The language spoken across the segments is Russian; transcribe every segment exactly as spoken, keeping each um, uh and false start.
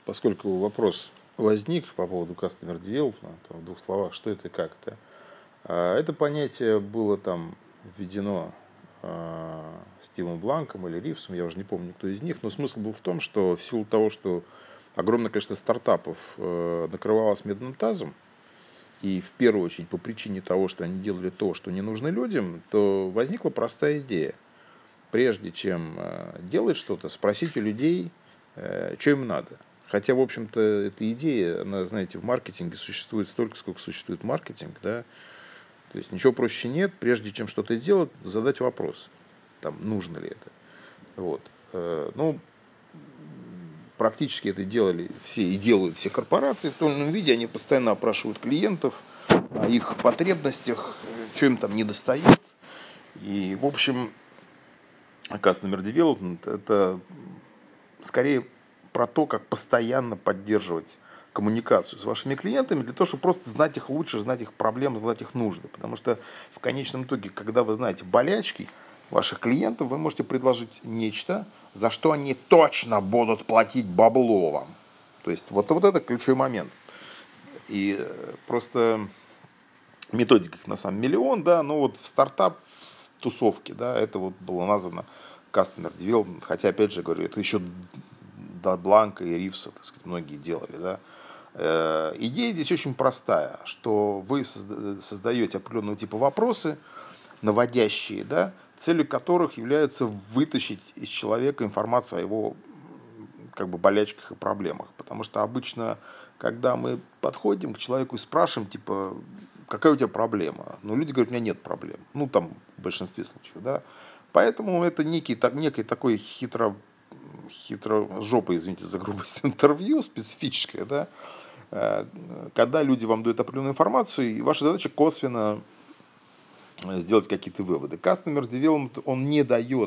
поскольку вопрос возник по поводу Customer Development, в двух словах, что это и как это. Это понятие было там введено э, Стивом Бланком или Ривсом, я уже не помню, кто из них, но смысл был в том, что в силу того, что огромное количество стартапов э, накрывалось медным тазом, и в первую очередь по причине того, что они делали то, что не нужно людям, то возникла простая идея. Прежде чем э, делать что-то, спросить у людей, э, что им надо. Хотя, в общем-то, эта идея, она, знаете, в маркетинге существует столько, сколько существует маркетинг, да. То есть ничего проще нет, прежде чем что-то делать, задать вопрос, там, нужно ли это. Вот. Э, ну, практически это делали все и делают все корпорации в том или ином виде. Они постоянно опрашивают клиентов о их потребностях, что им там не достает. И, в общем, Customer Development – это скорее про то, как постоянно поддерживать коммуникацию с вашими клиентами для того, чтобы просто знать их лучше, знать их проблемы, знать их нужды. Потому что в конечном итоге, когда вы знаете болячки ваших клиентов, вы можете предложить нечто, за что они точно будут платить бабло вам. То есть вот, вот это ключевой момент. И просто методик их на самом миллион, да, но вот в стартап тусовке, да, это вот было названо Customer Development, хотя, опять же, говорю, это еще до Бланка и Ривса, так сказать, многие делали, да. Э, идея здесь очень простая, что вы создаете определенного типа вопросы, наводящие, да, целью которых является вытащить из человека информацию о его как бы болячках и проблемах. Потому что обычно, когда мы подходим к человеку и спрашиваем, типа, какая у тебя проблема? Ну, люди говорят, у меня нет проблем. Ну, там, в большинстве случаев, да. Поэтому это некий, так, некий такой хитро, хитро жопа, извините за грубость, интервью специфическое, да, когда люди вам дают определенную информацию, и ваша задача косвенно сделать какие-то выводы. Customer Development, он не дает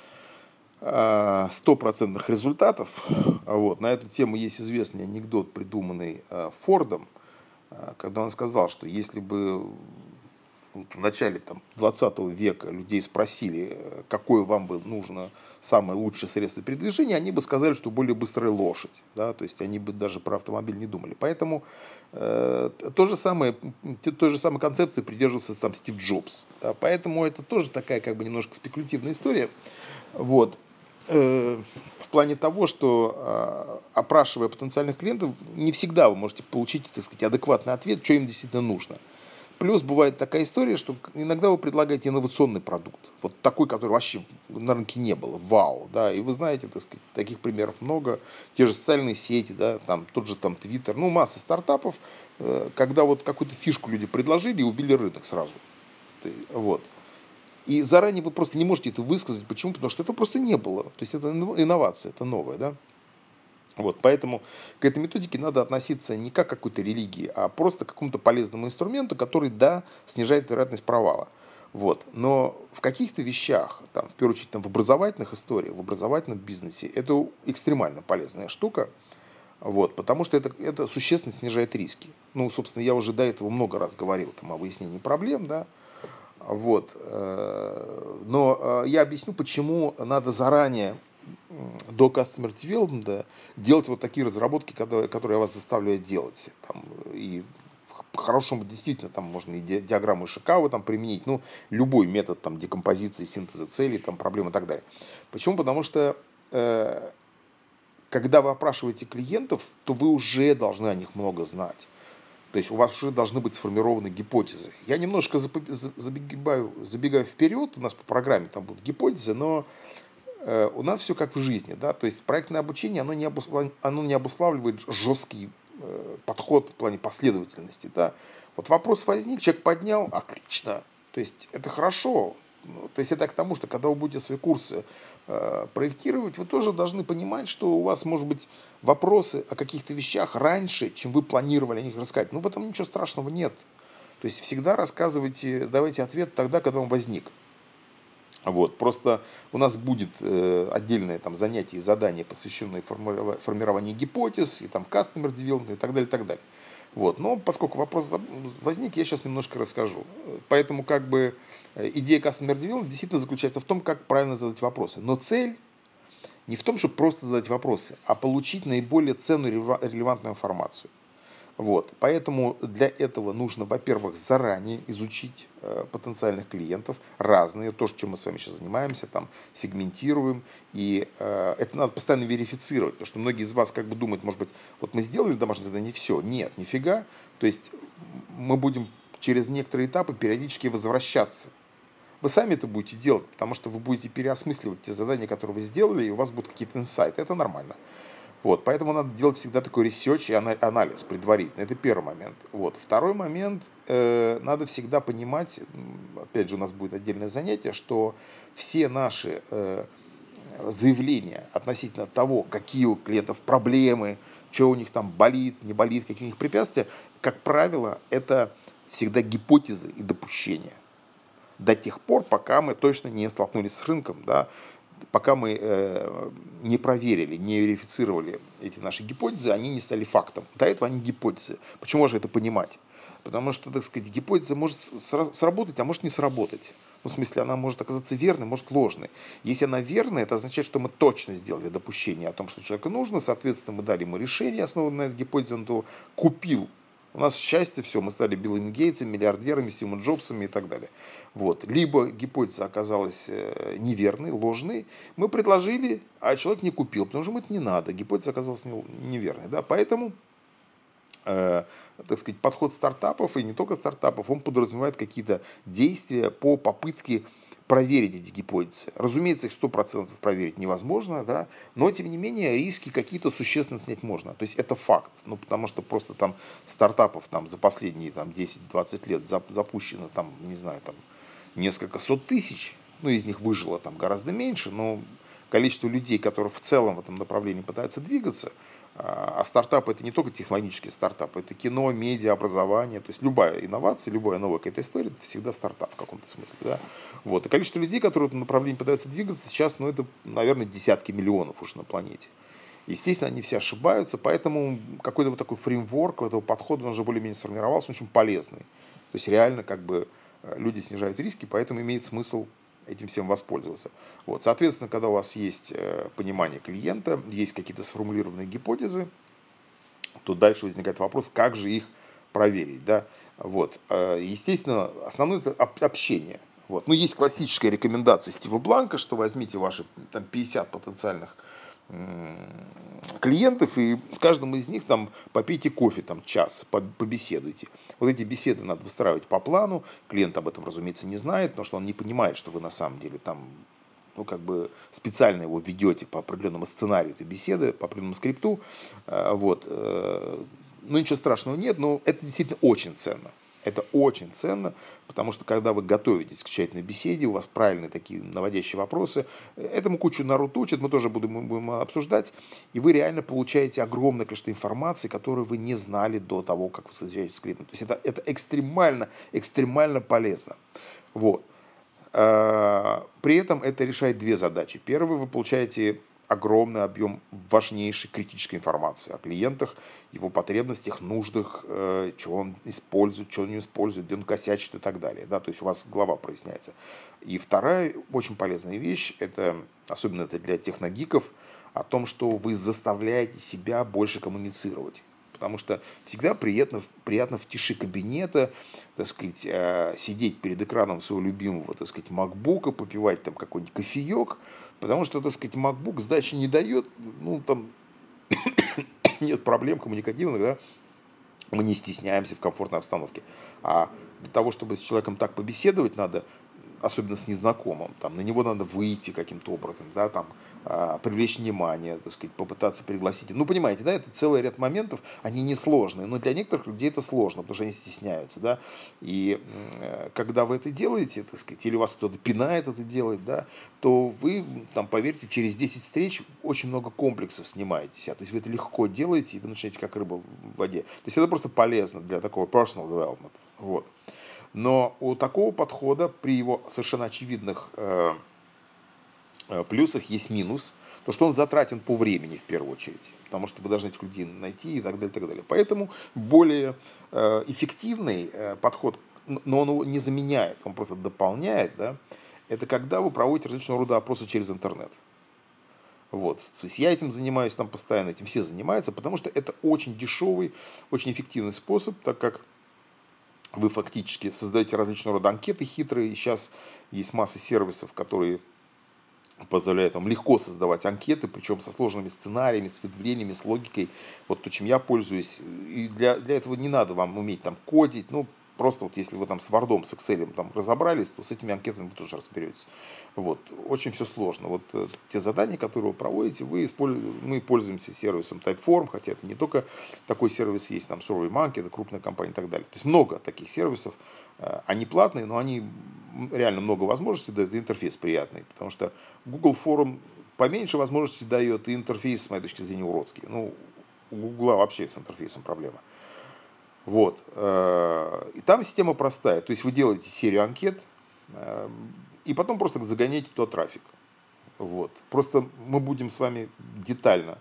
стопроцентных результатов. Вот. На эту тему есть известный анекдот, придуманный Фордом, когда он сказал, что если бы в начале там, двадцатого века людей спросили, какое вам бы нужно самое лучшее средство передвижения, они бы сказали, что более быстрая лошадь. Да? То есть они бы даже про автомобиль не думали. Поэтому э, то же самое, той же самой концепции придерживался там, Стив Джобс. Да? Поэтому это тоже такая как бы немножко спекулятивная история. Вот. Э, в плане того, что э, опрашивая потенциальных клиентов, не всегда вы можете получить, так сказать, адекватный ответ, что им действительно нужно. Плюс бывает такая история, что иногда вы предлагаете инновационный продукт. Вот такой, который вообще на рынке не было. Вау. Да, и вы знаете, так сказать, таких примеров много. Те же социальные сети, да, там, тот же там Твиттер. Ну, масса стартапов, когда вот какую-то фишку люди предложили и убили рынок сразу. Вот. И заранее вы просто не можете это высказать. Почему? Потому что это просто не было. То есть это инновация, это новое, да. Вот, поэтому к этой методике надо относиться не как к какой-то религии, а просто к какому-то полезному инструменту, который, да, снижает вероятность провала. Вот. Но в каких-то вещах, там, в первую очередь там, в образовательных историях, в образовательном бизнесе, это экстремально полезная штука, вот, потому что это, это существенно снижает риски. Ну, собственно, я уже до этого много раз говорил там, о выяснении проблем, да, вот. Но я объясню, почему надо заранее до Customer Development делать вот такие разработки, которые я вас заставляю делать. Там, и по-хорошему действительно там можно и диаграмму Ишикавы там применить, ну, любой метод там, декомпозиции, синтеза целей, там, проблем и так далее. Почему? Потому что э, когда вы опрашиваете клиентов, то вы уже должны о них много знать. То есть у вас уже должны быть сформированы гипотезы. Я немножко забегаю, забегаю вперед, у нас по программе там будут гипотезы, но э, у нас все как в жизни. Да? То есть проектное обучение, оно не, обуслав... оно не обуславливает жесткий э, подход в плане последовательности. Да? Вот вопрос возник, человек поднял, отлично. То есть это хорошо. То есть это к тому, что когда вы будете свои курсы э, проектировать, вы тоже должны понимать, что у вас, может быть, вопросы о каких-то вещах раньше, чем вы планировали о них рассказать. Ну, в этом ничего страшного нет. То есть всегда рассказывайте, давайте ответ тогда, когда он возник. Вот. Просто у нас будет э, отдельное там, занятие и задание, посвященное форми- формированию гипотез, и там customer development и так далее, и так далее. Вот. Но поскольку вопрос возник, я сейчас немножко расскажу. Поэтому как бы идея Customer Development действительно заключается в том, как правильно задать вопросы. Но цель не в том, чтобы просто задать вопросы, а получить наиболее ценную релевантную информацию. Вот. Поэтому для этого нужно, во-первых, заранее изучить э, потенциальных клиентов, разные, то, чем мы с вами сейчас занимаемся, там, сегментируем, и э, это надо постоянно верифицировать, потому что многие из вас как бы думают, может быть, вот мы сделали домашнее задание, все, нет, нифига, то есть мы будем через некоторые этапы периодически возвращаться. Вы сами это будете делать, потому что вы будете переосмысливать те задания, которые вы сделали, и у вас будут какие-то инсайты, это нормально. Вот, поэтому надо делать всегда такой ресерч и анализ предварительно. Это первый момент. Вот. Второй момент, э, надо всегда понимать, опять же у нас будет отдельное занятие, что все наши э, заявления относительно того, какие у клиентов проблемы, что у них там болит, не болит, какие у них препятствия, как правило, это всегда гипотезы и допущения. До тех пор, пока мы точно не столкнулись с рынком, да, пока мы э, не проверили, не верифицировали эти наши гипотезы, они не стали фактом. До этого они гипотезы. Почему же это понимать? Потому что, так сказать, гипотеза может сработать, а может не сработать. Ну, в смысле, она может оказаться верной, может ложной. Если она верная, это означает, что мы точно сделали допущение о том, что человеку нужно, соответственно, мы дали ему решение, основанное на этой гипотезе, он его купил. У нас счастье, все, мы стали Биллами Гейтсами, миллиардерами, Стивом Джобсами и так далее. Вот. Либо гипотеза оказалась неверной, ложной, мы предложили, а человек не купил, потому что ему это не надо, гипотеза оказалась неверной. Да? Поэтому, э, так сказать, подход стартапов, и не только стартапов, он подразумевает какие-то действия по попытке проверить эти гипотезы. Разумеется, их сто процентов проверить невозможно, да, но, тем не менее, риски какие-то существенно снять можно. То есть это факт. Ну, потому что просто там стартапов там, за последние там, десять-двадцать лет запущено, там, не знаю, там, несколько сот тысяч, ну, из них выжило там гораздо меньше, но количество людей, которые в целом в этом направлении пытаются двигаться, а стартап это не только технологический стартап, это кино, медиа, образование, то есть любая инновация, любая новая какая-то история, это всегда стартап в каком-то смысле. Да? Вот. И количество людей, которые в этом направлении пытаются двигаться, сейчас, ну, это, наверное, десятки миллионов уже на планете. Естественно, они все ошибаются, поэтому какой-то вот такой фреймворк этого подхода, он уже более-менее сформировался, он очень полезный. То есть реально как бы люди снижают риски, поэтому имеет смысл этим всем воспользоваться. Вот. Соответственно, когда у вас есть понимание клиента, есть какие-то сформулированные гипотезы, то дальше возникает вопрос, как же их проверить. Да? Вот. Естественно, основное это общение. Вот. Ну, есть классическая рекомендация Стива Бланка, что возьмите ваши там, пятьдесят потенциальных клиентов, и с каждым из них там попейте кофе там час, побеседуйте. Вот эти беседы надо выстраивать по плану. Клиент об этом, разумеется, не знает, потому что он не понимает, что вы на самом деле там, ну, как бы специально его ведете по определенному сценарию этой беседы, по определенному скрипту. Вот. Ну, ничего страшного нет, но это действительно очень ценно. Это очень ценно, потому что когда вы готовитесь к тщательной беседе, у вас правильные такие наводящие вопросы, этому кучу народ учат, мы тоже будем, будем обсуждать, и вы реально получаете огромное количество информации, которую вы не знали до того, как вы встречаетесь с клиентом. То есть это, это экстремально, экстремально полезно. Вот. При этом это решает две задачи. Первое, вы получаете огромный объем важнейшей критической информации о клиентах, его потребностях, нуждах, э, чего он использует, что он не использует, где он косячит и так далее. Да? То есть у вас голова проясняется. И вторая очень полезная вещь, это, особенно это для техногиков, о том, что вы заставляете себя больше коммуницировать. Потому что всегда приятно, приятно в тиши кабинета, так сказать, сидеть перед экраном своего любимого, так сказать, макбука, попивать там какой-нибудь кофеек, потому что, так сказать, макбук сдачи не дает, ну, там нет проблем коммуникативных, да, мы не стесняемся в комфортной обстановке. А для того, чтобы с человеком так побеседовать, надо, особенно с незнакомым, там, на него надо выйти каким-то образом, да, там, а, привлечь внимание, так сказать, попытаться пригласить. Ну, понимаете, да, это целый ряд моментов, они несложные, но для некоторых людей это сложно, потому что они стесняются, да, и э, когда вы это делаете, так сказать, или вас кто-то пинает это делать, да, то вы, там, поверьте, через десять встреч очень много комплексов снимаете себя, то есть вы это легко делаете, и вы начинаете как рыба в воде. То есть это просто полезно для такого personal development, вот. Но у такого подхода при его совершенно очевидных э, плюсах есть минус, то что он затратен по времени в первую очередь, потому что вы должны этих людей найти и так далее, и так далее. Поэтому более э, эффективный э, подход, но он его не заменяет, он просто дополняет, да, это когда вы проводите различного рода опросы через интернет. Вот. То есть я этим занимаюсь там постоянно, этим все занимаются, потому что это очень дешевый, очень эффективный способ, так как вы фактически создаете различного рода анкеты хитрые. И сейчас есть масса сервисов, которые позволяют вам легко создавать анкеты, причем со сложными сценариями, с ветвлениями, с логикой. Вот то, чем я пользуюсь. И для, для этого не надо вам уметь там кодить. Ну, просто вот если вы там с Word, с Excel там разобрались, то с этими анкетами вы тоже разберетесь. Вот. Очень все сложно. Вот э, те задания, которые вы проводите, вы используете, мы пользуемся сервисом Typeform, хотя это не только такой сервис есть, там SurveyMonkey, это крупная компания и так далее. То есть много таких сервисов. Э, они платные, но они реально много возможностей дают, и интерфейс приятный. Потому что Google Форум поменьше возможностей дает, и интерфейс, с моей точки зрения, уродский. Ну, у Google вообще с интерфейсом проблема. Вот. э, И там система простая. То есть вы делаете серию анкет, э, и потом просто загоняете туда трафик. Вот. Просто мы будем с вами детально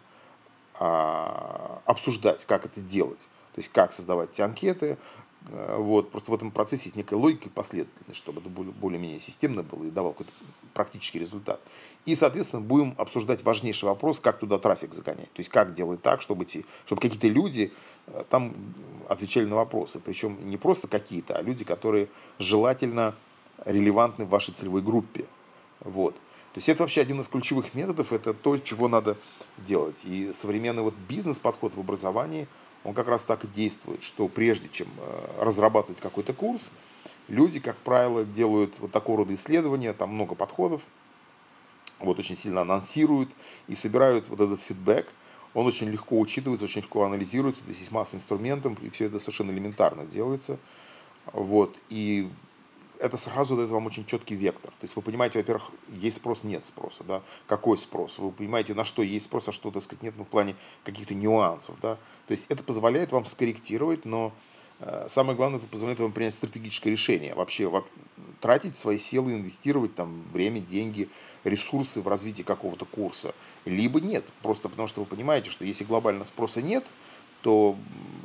а, обсуждать, как это делать. То есть, как создавать эти анкеты. Э, Вот. Просто в этом процессе есть некая логика и последовательность, чтобы это более- более-менее системно было и давал какой-то практический результат. И, соответственно, будем обсуждать важнейший вопрос, как туда трафик загонять. То есть, как делать так, чтобы, эти, чтобы какие-то люди э, там отвечали на вопросы. Причем не просто какие-то, а люди, которые желательно релевантны в вашей целевой группе. Вот. То есть это вообще один из ключевых методов, это то, чего надо делать. И современный вот бизнес-подход в образовании, он как раз так и действует, что прежде чем э, разрабатывать какой-то курс, люди, как правило, делают вот такого рода исследования, там много подходов, вот очень сильно анонсируют и собирают вот этот фидбэк. Он очень легко учитывается, очень легко анализируется, то есть есть масса инструментов, и все это совершенно элементарно делается. Вот. И это сразу дает вам очень четкий вектор. То есть вы понимаете, во-первых, есть спрос, нет спроса, да, какой спрос, вы понимаете, на что есть спрос, а что, так сказать, нет, ну, в плане каких-то нюансов, да. То есть это позволяет вам скорректировать, но э, самое главное, это позволяет вам принять стратегическое решение, вообще во- тратить свои силы, инвестировать там время, деньги, ресурсы в развитие какого-то курса, либо нет, просто потому что вы понимаете, что если глобально спроса нет, то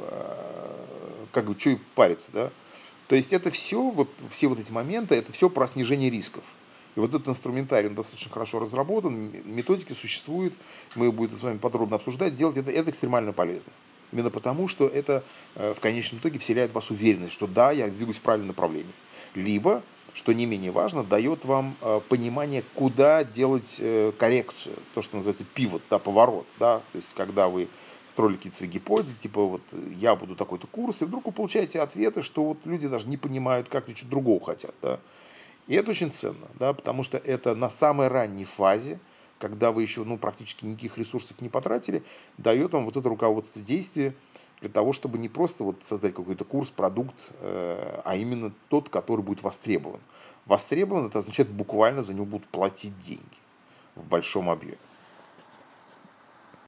э, как бы что и париться, да. То есть это все, вот, все вот эти моменты, это все про снижение рисков. И вот этот инструментарий, он достаточно хорошо разработан, методики существуют, мы будем с вами подробно обсуждать, делать это, это экстремально полезно. Именно потому, что это э, в конечном итоге вселяет в вас уверенность, что да, я двигаюсь в правильном направлении. Либо, что не менее важно, дает вам э, понимание, куда делать э, коррекцию, то, что называется пивот, да, поворот. Да? То есть, когда вы строили какие-то свои гипотезы, типа вот я буду такой-то курс, и вдруг вы получаете ответы, что вот люди даже не понимают, как они что-то другого хотят. Да? И это очень ценно, да, потому что это на самой ранней фазе, когда вы еще ну, практически никаких ресурсов не потратили, дает вам вот это руководство действия для того, чтобы не просто вот создать какой-то курс, продукт, э, а именно тот, который будет востребован. Востребован, это означает буквально за него будут платить деньги в большом объеме.